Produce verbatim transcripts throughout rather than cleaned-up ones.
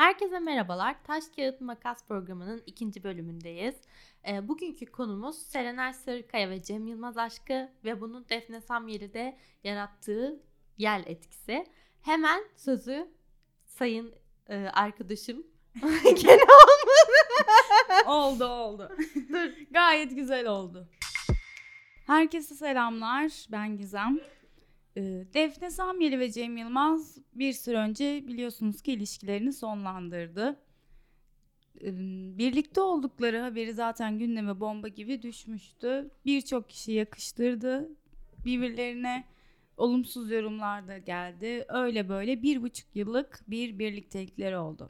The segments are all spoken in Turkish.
Herkese merhabalar. Taş Kağıt Makas programının ikinci bölümündeyiz. E, bugünkü konumuz Serenay Sarıkaya ve Cem Yılmaz aşkı ve bunun Defne Samyeli'de yarattığı yel etkisi. Hemen sözü sayın e, arkadaşım gene oldu oldu. Dur, gayet güzel oldu. Herkese selamlar. Ben Gizem. Defne Samyeli ve Cem Yılmaz bir süre önce biliyorsunuz ki ilişkilerini sonlandırdı. Birlikte oldukları haberi zaten gündeme bomba gibi düşmüştü. Birçok kişi yakıştırdı. Birbirlerine olumsuz yorumlar da geldi. Öyle böyle bir buçuk yıllık bir birliktelikleri oldu.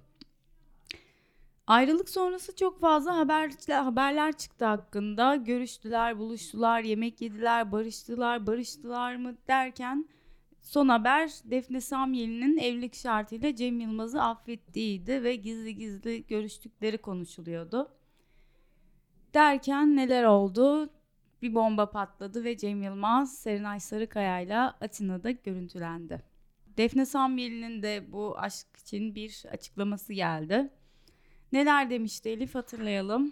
Ayrılık sonrası çok fazla haberler, haberler çıktı hakkında. Görüştüler, buluştular, yemek yediler, barıştılar, barıştılar mı derken son haber Defne Samyeli'nin evlilik şartıyla Cem Yılmaz'ı affettiğiydi ve gizli gizli görüştükleri konuşuluyordu. Derken neler oldu? Bir bomba patladı ve Cem Yılmaz Serenay Sarıkaya'yla Atina'da görüntülendi. Defne Samyeli'nin de bu aşk için bir açıklaması geldi. Neler demişti Elif, hatırlayalım.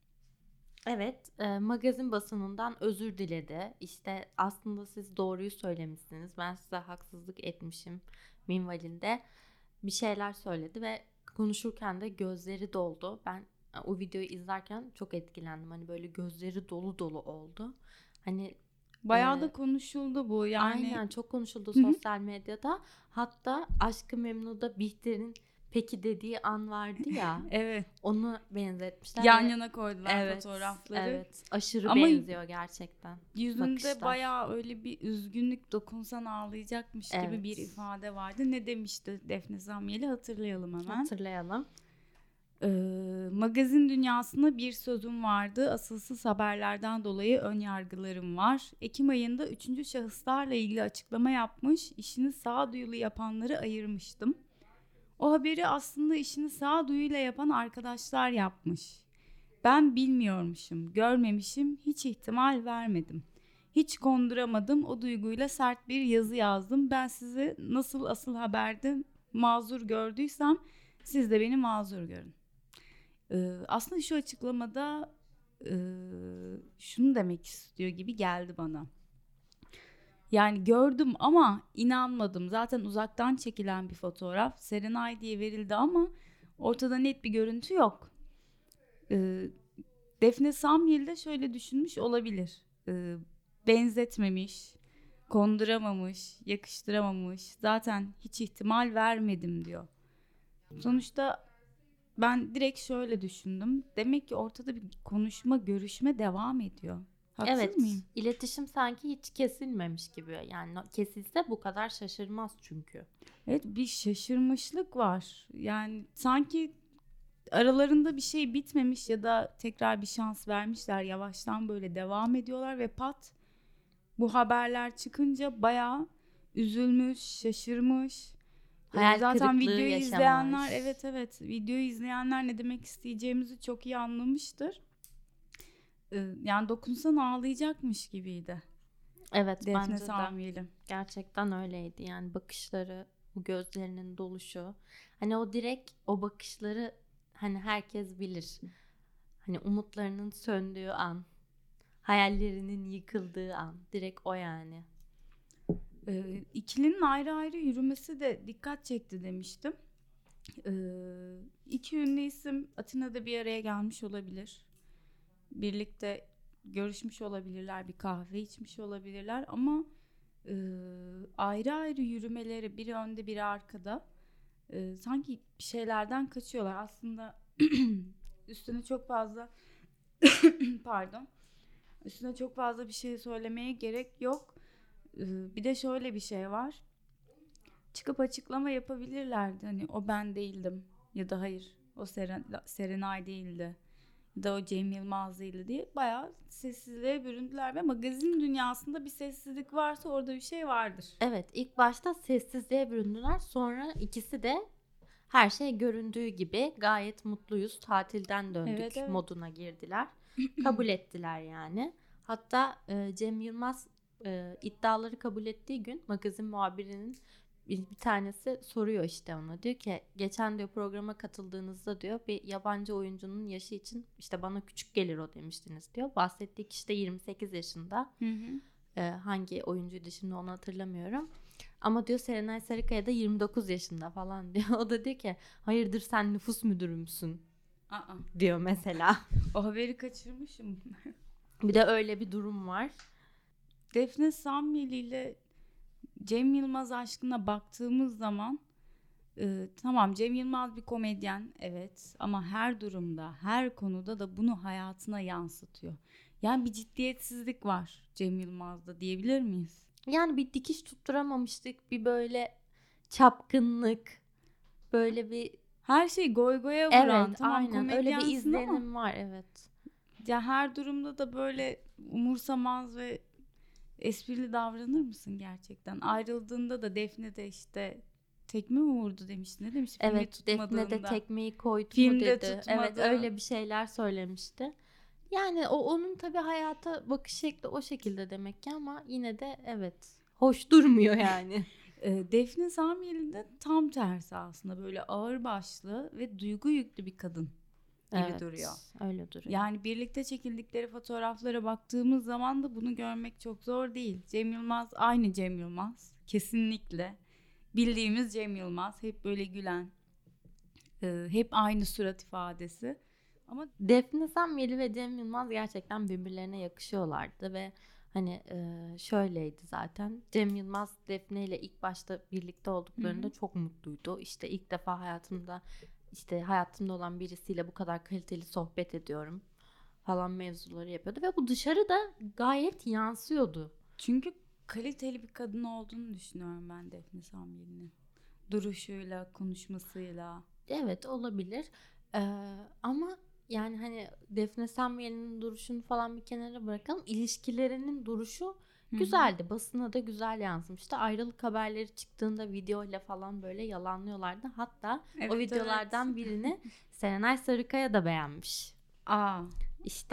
Evet, e, magazin basınından özür diledi. İşte aslında siz doğruyu söylemişsiniz. Ben size haksızlık etmişim minvalinde bir şeyler söyledi ve konuşurken de gözleri doldu. Ben o videoyu izlerken çok etkilendim. Hani böyle gözleri dolu dolu oldu. Hani bayağı e, da konuşuldu bu yani. Aynen, çok konuşuldu sosyal medyada. Hatta Aşk-ı Memnu'da Bihter'in peki dediği an vardı ya. Evet. Onu benzetmişler. Yan ve, yana koydular evet, fotoğrafları. Evet. Aşırı Ama benziyor gerçekten. Yüzünde bakışlar. bayağı öyle bir üzgünlük, dokunsan ağlayacakmış Evet. gibi bir ifade vardı. Ne demişti Defne Samyeli, hatırlayalım hemen. Hatırlayalım. Ee, magazin dünyasında bir sözüm vardı. Asılsız haberlerden dolayı ön yargılarım var. Ekim ayında üçüncü şahıslarla ilgili açıklama yapmış, işini sağduyulu yapanları ayırmıştım. O haberi aslında işini sağduyuyla yapan arkadaşlar yapmış. Ben bilmiyormuşum, görmemişim, hiç ihtimal vermedim. Hiç konduramadım, o duyguyla sert bir yazı yazdım. Ben sizi nasıl asıl haberde mazur gördüysem siz de beni mazur görün. Ee, aslında şu açıklamada e, şunu demek istiyor gibi geldi bana. Yani gördüm ama inanmadım. Zaten uzaktan çekilen bir fotoğraf. Serenay diye verildi ama ortada net bir görüntü yok. Ee, Defne Samyeli de şöyle düşünmüş olabilir. Ee, benzetmemiş, konduramamış, yakıştıramamış. Zaten hiç ihtimal vermedim diyor. Sonuçta ben direkt şöyle düşündüm. Demek ki ortada bir konuşma, görüşme devam ediyor. Haksız evet, mıyım? İletişim sanki hiç kesilmemiş gibi. Yani kesilse bu kadar şaşırmaz çünkü. Evet, bir şaşırmışlık var. Yani sanki aralarında bir şey bitmemiş ya da tekrar bir şans vermişler. Yavaştan böyle devam ediyorlar ve pat bu haberler çıkınca bayağı üzülmüş, şaşırmış. Hayal Zaten kırıklığı videoyu yaşamış. izleyenler, evet evet, videoyu izleyenler ne demek isteyeceğimizi çok iyi anlamıştır. Yani dokunsan ağlayacakmış gibiydi. Evet, Defne bence Samyeli. de gerçekten öyleydi. Yani bakışları, bu gözlerinin doluşu. Hani o direkt o bakışları hani herkes bilir. Hani umutlarının söndüğü an, hayallerinin yıkıldığı an. Direkt o yani. Ee, ikilinin ayrı ayrı yürümesi de dikkat çekti demiştim. Ee, iki ünlü isim Atina'da bir araya gelmiş olabilir. Birlikte görüşmüş olabilirler, bir kahve içmiş olabilirler ama e, ayrı ayrı yürümeleri, biri önde biri arkada, e, sanki bir şeylerden kaçıyorlar. Aslında üstüne çok fazla pardon üstüne çok fazla bir şey söylemeye gerek yok. E, bir de şöyle bir şey var. Çıkıp açıklama yapabilirlerdi. Hani o ben değildim ya da hayır o Seren, Serenay değildi ya da o Cem Yılmaz değildi diye bayağı sessizliğe büründüler ve magazin dünyasında bir sessizlik varsa orada bir şey vardır. Evet, ilk başta sessizliğe büründüler, sonra ikisi de her şey göründüğü gibi gayet mutluyuz, tatilden döndük Evet, evet. moduna girdiler. Kabul ettiler yani. Hatta e, Cem Yılmaz e, iddiaları kabul ettiği gün magazin muhabirinin bir, bir tanesi soruyor işte ona, diyor ki geçen diyor programa katıldığınızda diyor bir yabancı oyuncunun yaşı için işte bana küçük gelir o demiştiniz diyor. Bahsettiği kişi de yirmi sekiz yaşında. Hı hı. Ee, hangi oyuncuydu şimdi onu hatırlamıyorum. Ama diyor Serenay Sarıkaya da yirmi dokuz yaşında falan diyor. O da diyor ki hayırdır sen nüfus müdürü müsün Aa, diyor mesela. o haberi kaçırmışım. Bir de öyle bir durum var. Defne Samyeli ile Cem Yılmaz aşkına baktığımız zaman e, tamam, Cem Yılmaz bir komedyen, evet, ama her durumda, her konuda da bunu hayatına yansıtıyor. Yani bir ciddiyetsizlik var Cem Yılmaz'da diyebilir miyiz? Yani bir dikiş tutturamamıştık, bir böyle çapkınlık, böyle bir Her şey goy goya vuran, evet tamam aynen öyle bir komedyensin ama izlenim var, evet. ya her durumda da böyle umursamaz ve esprili davranır mısın gerçekten? Ayrıldığında da Defne de işte tekme mi vurdu demişti. Ne demişti? Filmi Evet, Defne de tutmadığında. tekmeyi koydu mu Filmde dedi. tutmadı. Evet, öyle bir şeyler söylemişti. Yani o onun tabii hayata bakış şekli o şekilde demek ki, ama yine de evet hoş durmuyor yani. E, Defne Samyeli de tam tersi aslında, böyle ağırbaşlı ve duygu yüklü bir kadın gibi Evet, duruyor. öyle duruyor. Yani birlikte çekildikleri fotoğraflara baktığımız zaman da bunu görmek çok zor değil. Cem Yılmaz aynı Cem Yılmaz. Kesinlikle. Bildiğimiz Cem Yılmaz. Hep böyle gülen. e, hep aynı surat ifadesi. Ama Defne Samyeli ve Cem Yılmaz gerçekten birbirlerine yakışıyorlardı ve hani e, şöyleydi zaten. Cem Yılmaz Defne ile ilk başta birlikte olduklarında Hı hı. çok mutluydu. İşte ilk defa hayatımda işte hayatımda olan birisiyle bu kadar kaliteli sohbet ediyorum falan mevzuları yapıyordu ve bu dışarıda gayet yansıyordu. çünkü kaliteli bir kadın olduğunu düşünüyorum ben Defne Samyeli'nin. Duruşuyla, konuşmasıyla. Evet, olabilir. Ee, ama yani hani Defne Samyeli'nin duruşunu falan bir kenara bırakalım. İlişkilerinin duruşu Hı hı. güzeldi. Basına da güzel yansımıştı. Ayrılık haberleri çıktığında videoyla falan böyle yalanlıyorlardı. Hatta Evet, o videolardan evet. birini Serenay Sarıkaya da beğenmiş. Aa. İşte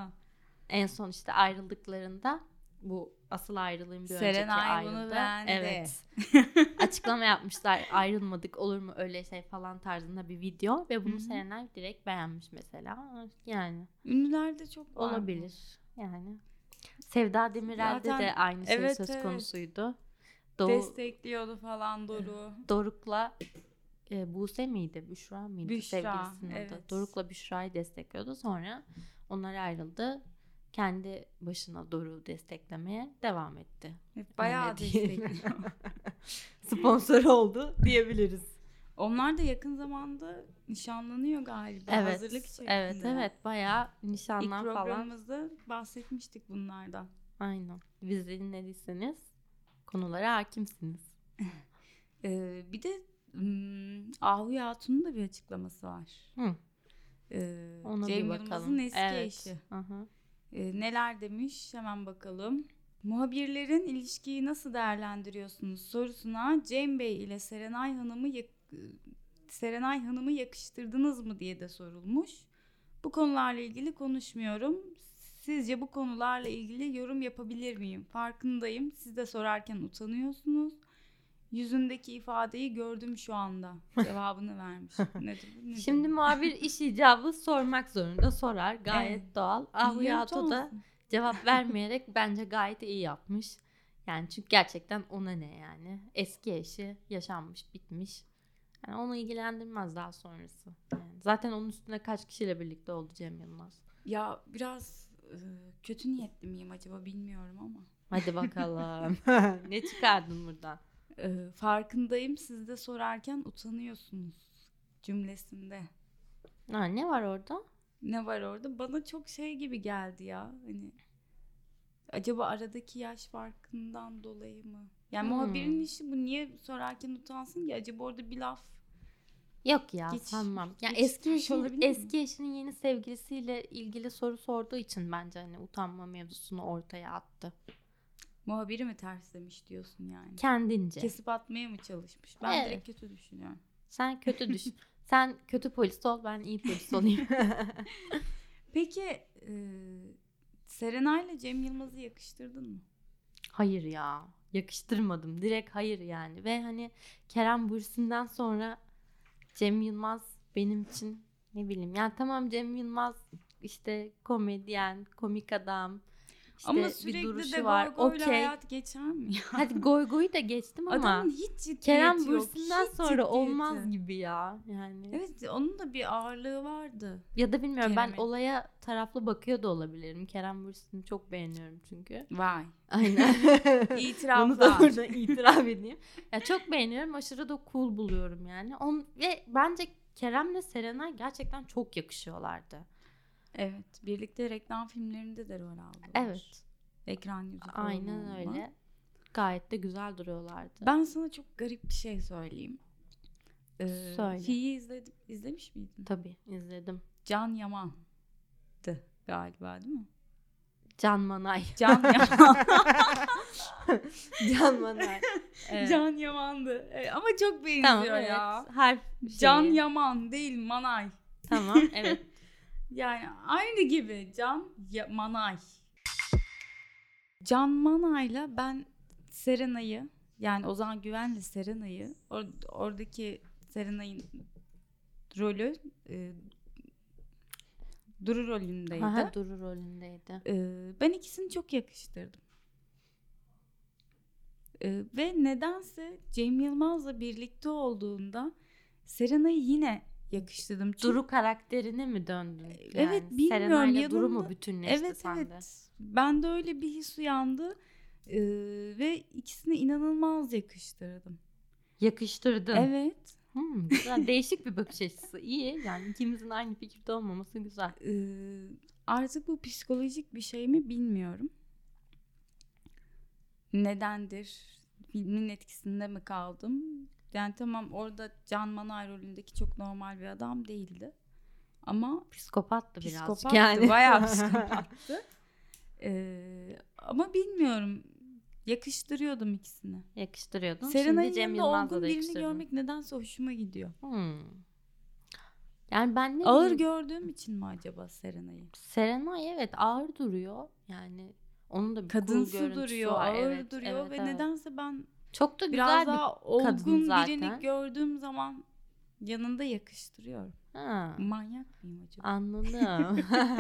en son işte ayrıldıklarında, bu asıl ayrılığın bir önceki Serenay bunu ayrıldı. beğendi. Evet. Açıklama yapmışlar, ayrılmadık olur mu öyle şey falan tarzında bir video ve bunu Hı hı. Serenay direkt beğenmiş mesela. Yani Ünlülerde çok var bu. olabilir yani. Sevda Demirel'de Zaten de aynı şey evet, söz evet. konusuydu. Doğu, Destekliyordu falan Doruk'u. Doruk'la e, Buse miydi? Büşra mıydı? Büşra, Sevgilisinin adı. evet. Doruk'la Büşra'yı destekliyordu. Sonra onlar ayrıldı. Kendi başına Doruk'u desteklemeye devam etti. Evet, bayağı Öyle diyeyim. destekliyor. Sponsor oldu diyebiliriz. Onlar da yakın zamanda nişanlanıyor galiba. Evet, Hazırlık içerisinde. evet, evet. Bayağı İlk nişanlan falan. programımızda bahsetmiştik bunlardan. Aynen. Bizi dinlediyseniz konulara hakimsiniz. Ee, bir de hmm, Ahu Hatun'un da bir açıklaması var. Hı. Ee, Ona Cem bir bakalım. Yılmaz'ın eski Evet. eşi. Aha. Ee, neler demiş hemen bakalım. Muhabirlerin ilişkiyi nasıl değerlendiriyorsunuz sorusuna Cem Bey ile Serenay Hanım'ı yak- Serenay Hanım'ı yakıştırdınız mı diye de sorulmuş. Bu konularla ilgili konuşmuyorum. Sizce bu konularla ilgili yorum yapabilir miyim? Farkındayım. Siz de sorarken utanıyorsunuz. Yüzündeki ifadeyi gördüm şu anda. Cevabını vermiş. Nedir bu? Nedir? Şimdi muhabir iş icabı sormak zorunda, sorar. Gayet Evet. doğal. Niye Ahuyato da utansın? cevap vermeyerek bence gayet iyi yapmış. Yani çünkü gerçekten ona ne yani? Eski eşi yaşanmış, bitmiş. Yani onu ilgilendirmez daha sonrası. Yani zaten onun üstüne kaç kişiyle birlikte oldu Cem Yılmaz. Ya biraz e, kötü niyetli miyim acaba bilmiyorum ama. Hadi bakalım. Ne çıkardın buradan? E, farkındayım, siz de sorarken utanıyorsunuz cümlesinde. Ha, ne var orada? Ne var orada? Bana çok şey gibi geldi ya. Hani acaba aradaki yaş farkından dolayı mı? Yani Hmm. muhabirin işi bu, niye sorarken utansın ki? Acaba orada bir laf Yok ya, Geç- sanmam. Ya geçiştirmiş eski eşi, olabilir mi? eski eşinin yeni sevgilisiyle ilgili soru sorduğu için bence hani utanma mevzusunu ortaya attı. muhabiri mi terslemiş diyorsun yani? Kendince. Kesip atmaya mı çalışmış? Ben Evet. direkt kötü düşünüyorum. Sen kötü düşün. Sen kötü polis ol, ben iyi polis olayım. Peki e, Serenay'la Cem Yılmaz'ı yakıştırdın mı? Hayır ya. Yakıştırmadım. Direkt hayır yani. Ve hani Kerem Bürsin'den sonra Cem Yılmaz benim için ne bileyim. Yani tamam, Cem Yılmaz işte komedyen, komik adam. İşte Ama bir sürekli duruşu de var. goy goyla Okey. hayat geçer mi ya? Hadi goy goyu da geçtim ama Adamın hiç ciddiyeti Kerem yok. Bürsin'den hiç sonra ciddiyeti. olmaz gibi ya. Yani. Evet, onun da bir ağırlığı vardı. Ya da bilmiyorum, ben Kerem'in. olaya taraflı bakıyor da olabilirim. Kerem Bürsin'i çok beğeniyorum çünkü. Vay. Aynen. İtiraflar. Bunu da burada itiraf edeyim. Ya çok beğeniyorum, aşırı da cool buluyorum yani. On, ve bence Kerem'le Serenay gerçekten çok yakışıyorlardı. Evet, birlikte reklam filmlerinde de rol aldılar. Evet. Ekran yüzü falan Aynen olma. öyle. Gayet de güzel duruyorlardı. Ben sana çok garip bir şey söyleyeyim. Ee, Söyle. Fi'yi izledim, izlemiş miydin? Tabii izledim. Can Yaman'dı galiba, değil mi? Can Manay. Can Yaman. Can Manay. Evet. Can Yaman'dı. Ee, ama çok benziyor Tamam, evet. ya. Harf şeyi. Can Yaman değil, Manay. Tamam, evet. Yani aynı gibi. Can ya- Manay. Can Manay'la ben Serenay'ı, yani Ozan Güven'le Serenay'ı, or- oradaki Serenay'ın rolü e, Duru rolündeydi. Aha, Duru rolündeydi. E, ben ikisini çok yakıştırdım. E, ve nedense Cem Yılmaz'la birlikte olduğunda Serenay'ı yine yakıştırdım. Çünkü, Duru karakterine mi döndün? Yani evet, bilmiyorum. Serenay'la Duru yanında- mu bütünleşti evet sende? evet. Bende öyle bir his uyandı. E, ve ikisini inanılmaz yakıştırdım. Yakıştırdın. Evet. Hmm, güzel. Değişik bir bakış açısı. İyi. Yani ikimizin aynı fikirde olmaması güzel. Ee, artık bu psikolojik bir şey mi bilmiyorum. Nedendir? Filmin etkisinde mi kaldım? Yani tamam, orada Can Manay rolündeki çok normal bir adam değildi. Ama Psikopattı birazcık psikopattı. yani. Bayağı psikopattı. Ee, ama bilmiyorum. Yakıştırıyordum ikisini. Yakıştırıyordun. Serenay'ın Şimdi Cem yanında Yılmaz'la olgun da birini yakıştırdın. görmek nedense hoşuma gidiyor. Hmm. Yani ben ne Ağır bileyim, gördüğüm için mi acaba Serenay'ı? Serenay evet ağır duruyor. Yani onun da bir Kadınsı cool görüntüsü duruyor, var. ağır Evet, duruyor evet, ve evet. nedense ben Çok da biraz güzel daha bir kadın olgun zaten. birini gördüğüm zaman yanında yakıştırıyorum. Ha, Manyak mıyım acaba? anladım.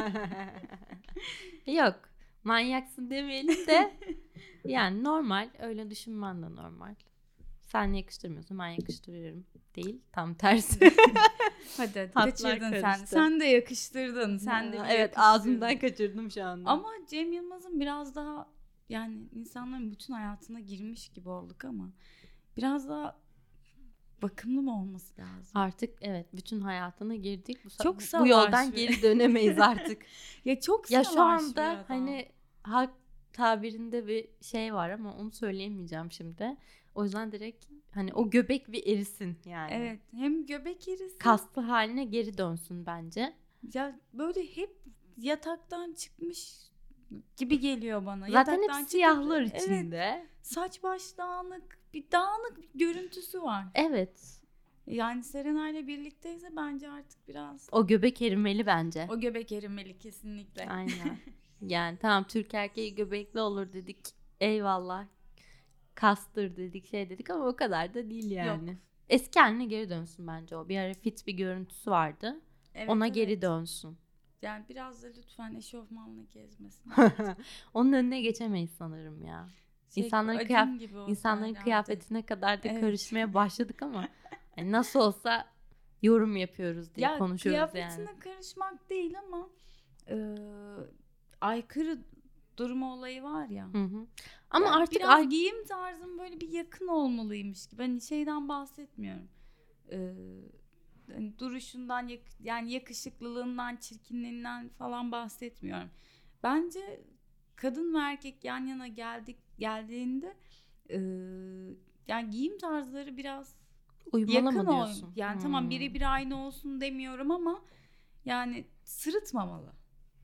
Yok, manyaksın demeyelim de yani normal, öyle düşünmen de normal. Sen yakıştırmıyorsun, ben yakıştırıyorum. Değil, tam tersi. Hadi hadi Hatlar kaçırdın sen. karıştı. Sen de yakıştırdın. Sen de bir Evet, yakıştırdın. ağzımdan kaçırdım şu anda. Ama Cem Yılmaz'ın biraz daha, yani insanların bütün hayatına girmiş gibi olduk ama biraz daha bakımlı mı olması lazım? Artık evet, bütün hayatına girdik. Bu, Çok bu salaş yoldan bir- geri dönemeyiz artık. Ya çok Ya salaş şu bir anda adam. hani halk tabirinde bir şey var ama onu söyleyemeyeceğim şimdi. O yüzden direkt hani o göbek bir erisin yani. Evet, hem göbek erisi. Kaslı haline geri dönsün bence. Ya böyle hep yataktan çıkmış gibi geliyor bana. Zaten Yataktan hep çıkıp- siyahlar Evet, içinde. saç baş dağınık, bir dağınık bir görüntüsü var. Evet. Yani Serenay'la birlikteyse bence artık biraz O göbek erimeli bence. o göbek erimeli kesinlikle. Aynen. Yani tamam, Türk erkeği göbekli olur dedik. Eyvallah. Kastır dedik, şey dedik ama o kadar da değil yani. Yok. Eski haline geri dönsün bence o. Bir ara fit bir görüntüsü vardı. Evet, Ona evet. geri dönsün. Yani biraz da lütfen eşofmanla gezmesin. Onun önüne geçemeyiz sanırım ya. Şey, İnsanların Acun kıyaf- gibi olsa İnsanların herhalde. kıyafetine kadar da Evet. karışmaya başladık ama hani nasıl olsa yorum yapıyoruz diye Ya konuşuyoruz kıyafetine yani. karışmak değil ama e, aykırı durma olayı var ya. Hı hı. Ama Yani artık biraz ay- giyim tarzım böyle bir yakın olmalıymış gibi. Hani şeyden bahsetmiyorum. Ee, hani duruşundan, yak- yani yakışıklılığından, çirkinliğinden falan bahsetmiyorum. Bence kadın ve erkek yan yana geldik geldiğinde e, yani giyim tarzları biraz uyumalı yakın mı ol. diyorsun? Yani Hmm. tamam, birebir aynı olsun demiyorum ama yani sırıtmamalı.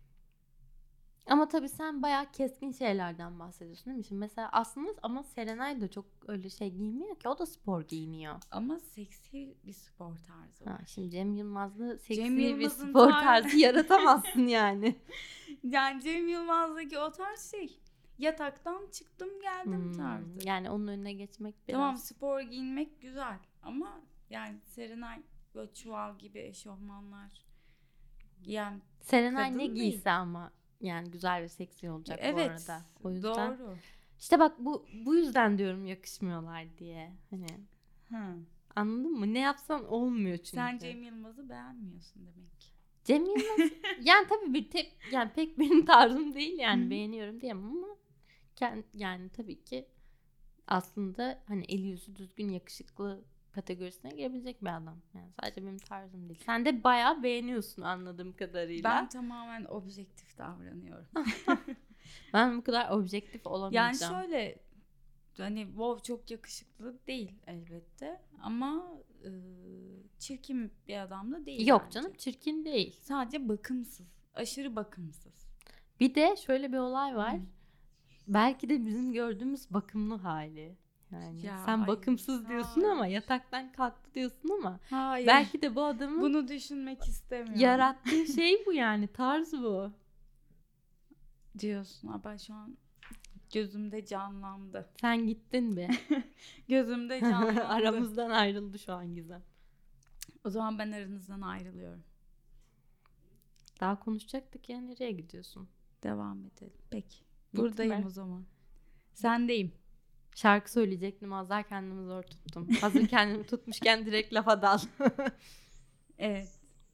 Ama tabii sen bayağı keskin şeylerden bahsediyorsun değil mi? Şimdi mesela aslında ama Serenay da çok öyle şey giymiyor ki. O da spor giyiniyor. Ama seksi bir spor tarzı var. Ha, şimdi Cem Yılmaz'la seksi Cem bir Yılmaz'ın spor tar- tarzı yaratamazsın yani. Yani Cem Yılmaz'daki o tarz şey, yataktan çıktım geldim Hmm, tarzı. Yani onun önüne geçmek biraz. Tamam, spor giyinmek güzel ama yani Serenay böyle çuval gibi eşofmanlar giyen Serenay kadın ne değil. giyse ama yani güzel ve seksi olacak bu Evet, arada. O yüzden. doğru. İşte bak bu bu yüzden diyorum yakışmıyorlar diye. Hani Hı. anladın mı? Ne yapsan olmuyor çünkü. Sen Cem Yılmaz'ı beğenmiyorsun demek ki. Cem Yılmaz yani tabii bir tep yani pek benim tarzım değil yani Hı. beğeniyorum diyemem ama kend, yani tabii ki aslında hani eli yüzü düzgün yakışıklı kategorisine girebilecek bir adam. Yani sadece benim tarzım değil. Sen de bayağı beğeniyorsun anladığım kadarıyla. Ben tamamen objektif davranıyorum. Ben bu kadar objektif olamayacağım. Yani şöyle, hani wow çok yakışıklı değil elbette ama e, çirkin bir adam da değil. Yok bence. canım, çirkin değil. Sadece bakımsız. Aşırı bakımsız. Bir de şöyle bir olay var. Hı. Belki de bizim gördüğümüz bakımlı hali. Yani Ya, sen ay, bakımsız diyorsun hayır. ama yataktan kalktı diyorsun ama Hayır. belki de bu adamın Bunu düşünmek istemiyorum. yarattığı şey bu yani, tarz bu. Diyorsun. Ha, ben şu an gözümde canlandı. Sen gittin be. Gözümde canlandı. Aramızdan ayrıldı şu an Gizem. O zaman ben aranızdan ayrılıyorum. Daha konuşacaktık ya, nereye gidiyorsun? Devam edelim. Peki. Gittim Buradayım ben. o zaman. Sendeyim. Şarkı söyleyecektim, az daha kendimi zor tuttum. Hazır kendimi tutmuşken direkt lafa dal. Evet.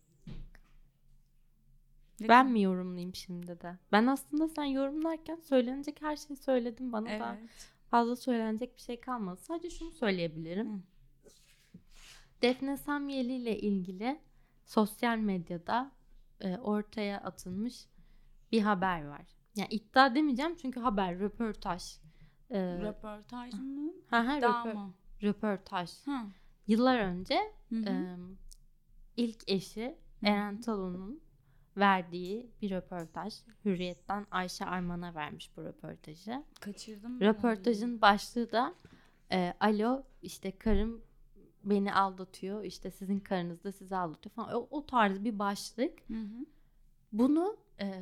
Ben mi yorumlayayım şimdi de? Ben aslında sen yorumlarken söylenecek her şeyi söyledim. Bana Evet. da fazla söylenecek bir şey kalmadı. Sadece şunu söyleyebilirim. Hı. Defne Samyeli ile ilgili sosyal medyada e, ortaya atılmış bir haber var. Yani iddia demeyeceğim çünkü haber, röportaj. E, Röportaj mı? ha, ha, İddia röpor- mı? röportaj. Ha. Yıllar önce Hı hı. e, ilk eşi Eren Talun'un verdiği bir röportaj. Hürriyet'ten Ayşe Arman'a vermiş bu röportajı. Kaçırdım. Röportajın başlığı da e, alo işte karım beni aldatıyor, işte sizin karınız da sizi aldatıyor falan, o, o tarz bir başlık. Hı hı. Bunu e,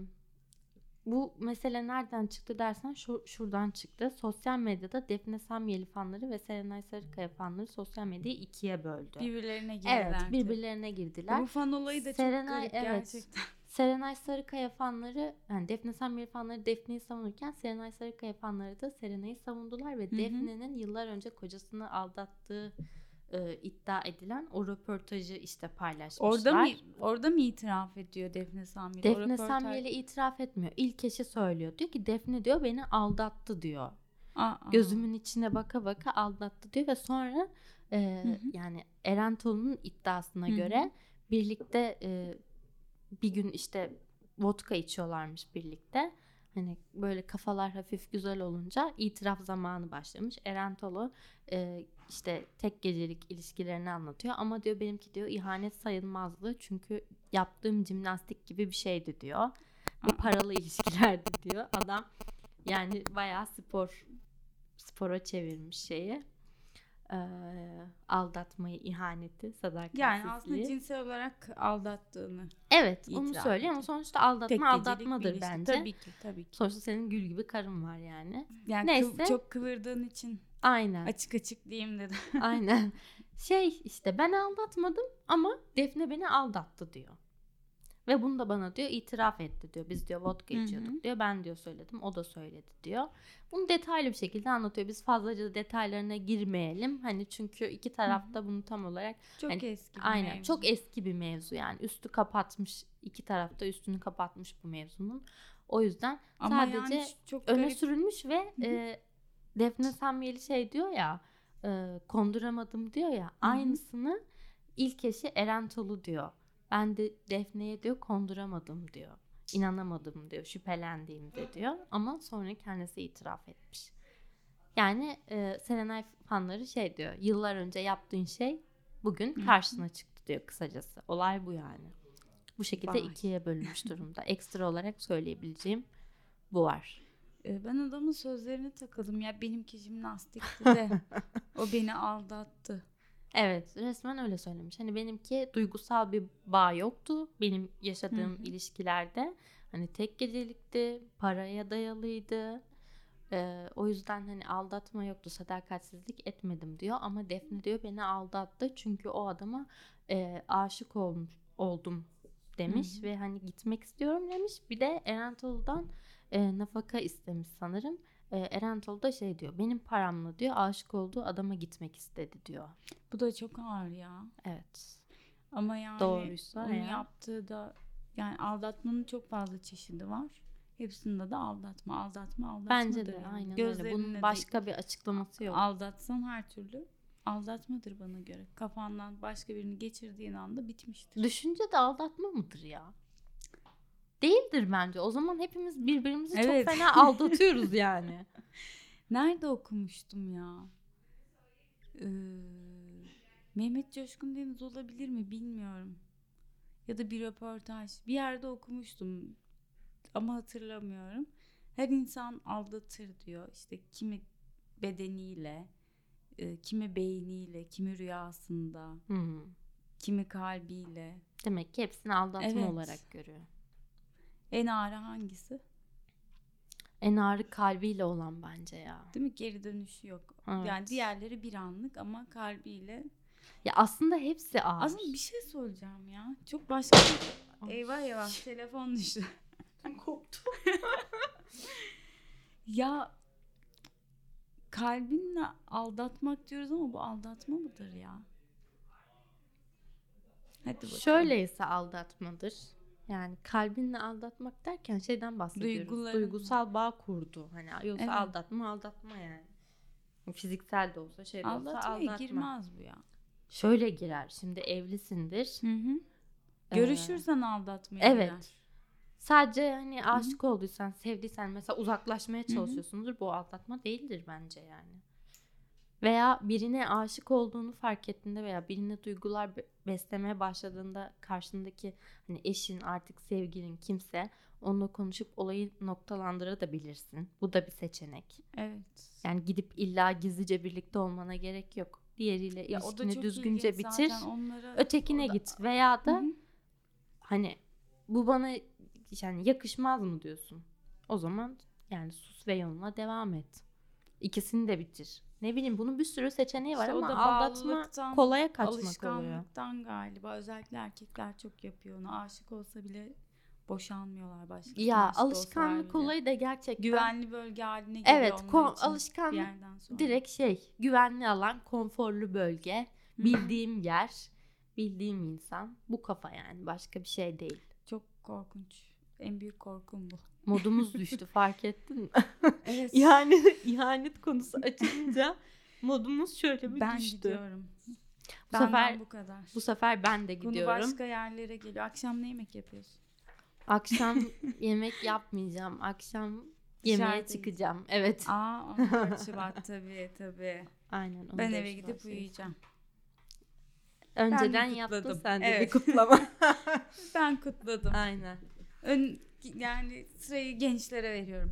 bu mesele nereden çıktı dersen şu, şuradan çıktı. Sosyal medyada Defne Samyeli fanları ve Serenay Sarıkaya fanları sosyal medyayı ikiye böldü. Birbirlerine girdiler. Evet, birbirlerine girdiler. Bu fan olayı da Serenay, çok garip evet. gerçekten. Serenay Sarıkaya fanları, yani Defne Samyeli fanları Defne'yi savunurken Serenay Sarıkaya fanları da Serenay'ı savundular ve Hı hı. Defne'nin yıllar önce kocasını aldattığı e, iddia edilen o röportajı işte paylaşmışlar. Orada mı orada mı itiraf ediyor Defne Samyeli? Defne röportaj... Samyeli itiraf etmiyor. İlk eşi söylüyor. Diyor ki Defne diyor beni aldattı diyor. Aa, Gözümün içine baka baka aldattı diyor ve sonra e, Hı hı. yani Eren Tolun'un iddiasına Hı hı. göre birlikte e, bir gün işte vodka içiyorlarmış birlikte. Hani böyle kafalar hafif güzel olunca itiraf zamanı başlamış. Eren Tolu e, işte tek gecelik ilişkilerini anlatıyor ama diyor benimki diyor ihanet sayılmazdı çünkü yaptığım jimnastik gibi bir şeydi diyor. Ve paralı ilişkilerdi diyor. Adam yani bayağı spor spora çevirmiş şeyi. Ee, aldatmayı, ihaneti, sadakatsizliği. Yani aslında cinsel olarak aldattığını. Evet, itiraf onu söylüyor ama ediyor. sonuçta aldatma Tek gecelik bir aldatmadır ilişki. bence. Tabii ki, tabii ki. Sonuçta senin gül gibi karın var yani. Yani Neyse. kıv- çok kıvırdığın için Aynen. açık açık diyeyim dedim. Aynen. Şey işte ben aldatmadım ama Defne beni aldattı diyor. Ve bunu da bana diyor itiraf etti diyor. Biz diyor vodka Hı hı. içiyorduk diyor. Ben diyor söyledim. O da söyledi diyor. Bunu detaylı bir şekilde anlatıyor. Biz fazlaca detaylarına girmeyelim. Hani çünkü iki tarafta bunu tam olarak Çok hani, eski bir aynen mevzu. çok eski bir mevzu yani. Üstü kapatmış, iki tarafta üstünü kapatmış bu mevzunun. O yüzden Ama sadece yani çok öne garip. sürülmüş ve e, Defne Samyeli şey diyor ya, e, konduramadım diyor ya, aynısını ilk eşi Eren Tolu diyor. Ben de Defne'ye diyor konduramadım diyor. İnanamadım diyor. Şüphelendiğimde diyor. Ama sonra kendisi itiraf etmiş. Yani e, Serenay fanları şey diyor. Yıllar önce yaptığın şey bugün karşısına çıktı diyor kısacası. Olay bu yani. Bu şekilde Vay. ikiye bölünmüş durumda. Ekstra olarak söyleyebileceğim bu var. Ee, Ben adamın sözlerine takıldım. Ya benimki jimnastikti de o beni aldattı. Evet, resmen öyle söylemiş. Hani benimki duygusal bir bağ yoktu. Benim yaşadığım Hı hı. ilişkilerde hani tek gecelikti, paraya dayalıydı. Ee, o yüzden hani aldatma yoktu, sadakatsizlik etmedim diyor. Ama Defne diyor beni aldattı çünkü o adama e, aşık olmuş, oldum demiş. Hı hı. Ve hani gitmek istiyorum demiş. Bir de Erentol'dan e, nafaka istemiş sanırım. E, Erentol da şey diyor, benim paramla diyor aşık olduğu adama gitmek istedi diyor. Bu da çok ağır ya. Evet. Ama yani Doğruysa onu eğer. yaptığı da, yani aldatmanın çok fazla çeşidi var. Hepsinde de aldatma, aldatma, aldatmadır. Bence de yani. aynen öyle. Gözlerine Bunun de başka bir açıklaması yok. aldatsan her türlü aldatmadır bana göre. Kafandan başka birini geçirdiğin anda bitmiştir. Düşünce de aldatma mıdır ya? Değildir bence. O zaman hepimiz birbirimizi Evet. çok fena aldatıyoruz yani. Nerede okumuştum ya? Ee, Mehmet Coşkun Deniz olabilir mi bilmiyorum. Ya da bir röportaj. Bir yerde okumuştum ama hatırlamıyorum. Her insan aldatır diyor. İşte kimi bedeniyle, e, kimi beyniyle, kimi rüyasında, Hmm. kimi kalbiyle. Demek ki hepsini aldatma Evet. olarak görüyor. En ağrı hangisi? En ağrı kalbiyle olan bence ya. Değil mi? Geri dönüşü yok. Evet. Yani diğerleri bir anlık ama kalbiyle. Ya aslında hepsi ağır. Aslında bir şey söyleyeceğim ya. Çok başka bir... Eyvah eyvah telefon düştü. Koptu. Ya kalbinle aldatmak diyoruz ama bu aldatma mıdır ya? Hadi bakalım. Şöyleyse aldatmadır. Yani kalbinle aldatmak derken şeyden bahsediyoruz. Duyguların- Duygusal bağ kurdu. Hani yoksa Evet. aldatma aldatma yani. Fiziksel de olsa şey de olsa Aldatmaya aldatma. girmez bu ya. Şöyle girer. Şimdi evlisindir. Hı hı. Ee, Görüşürsen aldatmaya Evet. girer. Sadece hani aşık olduysan, sevdiysen mesela uzaklaşmaya Hı hı. çalışıyorsundur. Bu aldatma değildir bence yani. Veya birine aşık olduğunu fark ettiğinde veya birine duygular be- beslemeye başladığında karşındaki hani eşin, artık sevgilin kimse, onunla konuşup olayı noktalandırabilirsin. Bu da bir seçenek. Evet. Yani gidip illa gizlice birlikte olmana gerek yok. Diğeriyle Ya o da ilişkini çok düzgünce ilginç bitir. zaten onlara. Ötekine o da- git veya Hı da hı. hani bu bana yani yakışmaz mı diyorsun? O zaman yani sus ve yoluna devam et. İkisini de bitir. Ne bileyim, bunun bir sürü seçeneği var İşte o ama da aldatma bağlılıktan, kolaya kaçmak oluyor. alışkanlıktan galiba. Özellikle erkekler çok yapıyor onu. Aşık olsa bile boşanmıyorlar başka. Ya aşık alışkanlık olsalar bile. olayı da gerçekten. Güvenli bölge haline geliyor Evet, onlar ko- için alışkanlık bir yerden sonra. direkt şey, güvenli alan, konforlu bölge, Hı. bildiğim yer, bildiğim insan. Bu kafa yani, başka bir şey değil. Çok korkunç. En büyük korkum bu. Modumuz düştü, fark ettin mi? Evet. Yani ihanet konusu açılınca modumuz şöyle bir ben düştü. gidiyorum. Bu Benden sefer bu kadar. bu sefer ben de Konu gidiyorum. başka yerlere geliyor. Akşam ne yemek yapıyorsun? Akşam yemek yapmayacağım. Akşam yemeğe Dışarıda çıkacağım. Evet. Aa on dört Şubat tabii tabii. Aynen. Ben on dört eve Şubat gidip şey. uyuyacağım. Önceden Ben de yaptın kutladım. sen de Evet. bir kutlama. Ben kutladım. Aynen. Ön, yani sırayı gençlere veriyorum.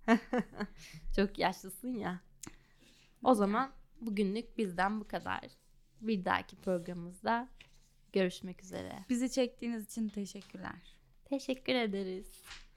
Çok yaşlısın ya. O zaman bugünlük bizden bu kadar. Bir dahaki programımızda görüşmek üzere. Bizi çektiğiniz için teşekkürler. Teşekkür ederiz.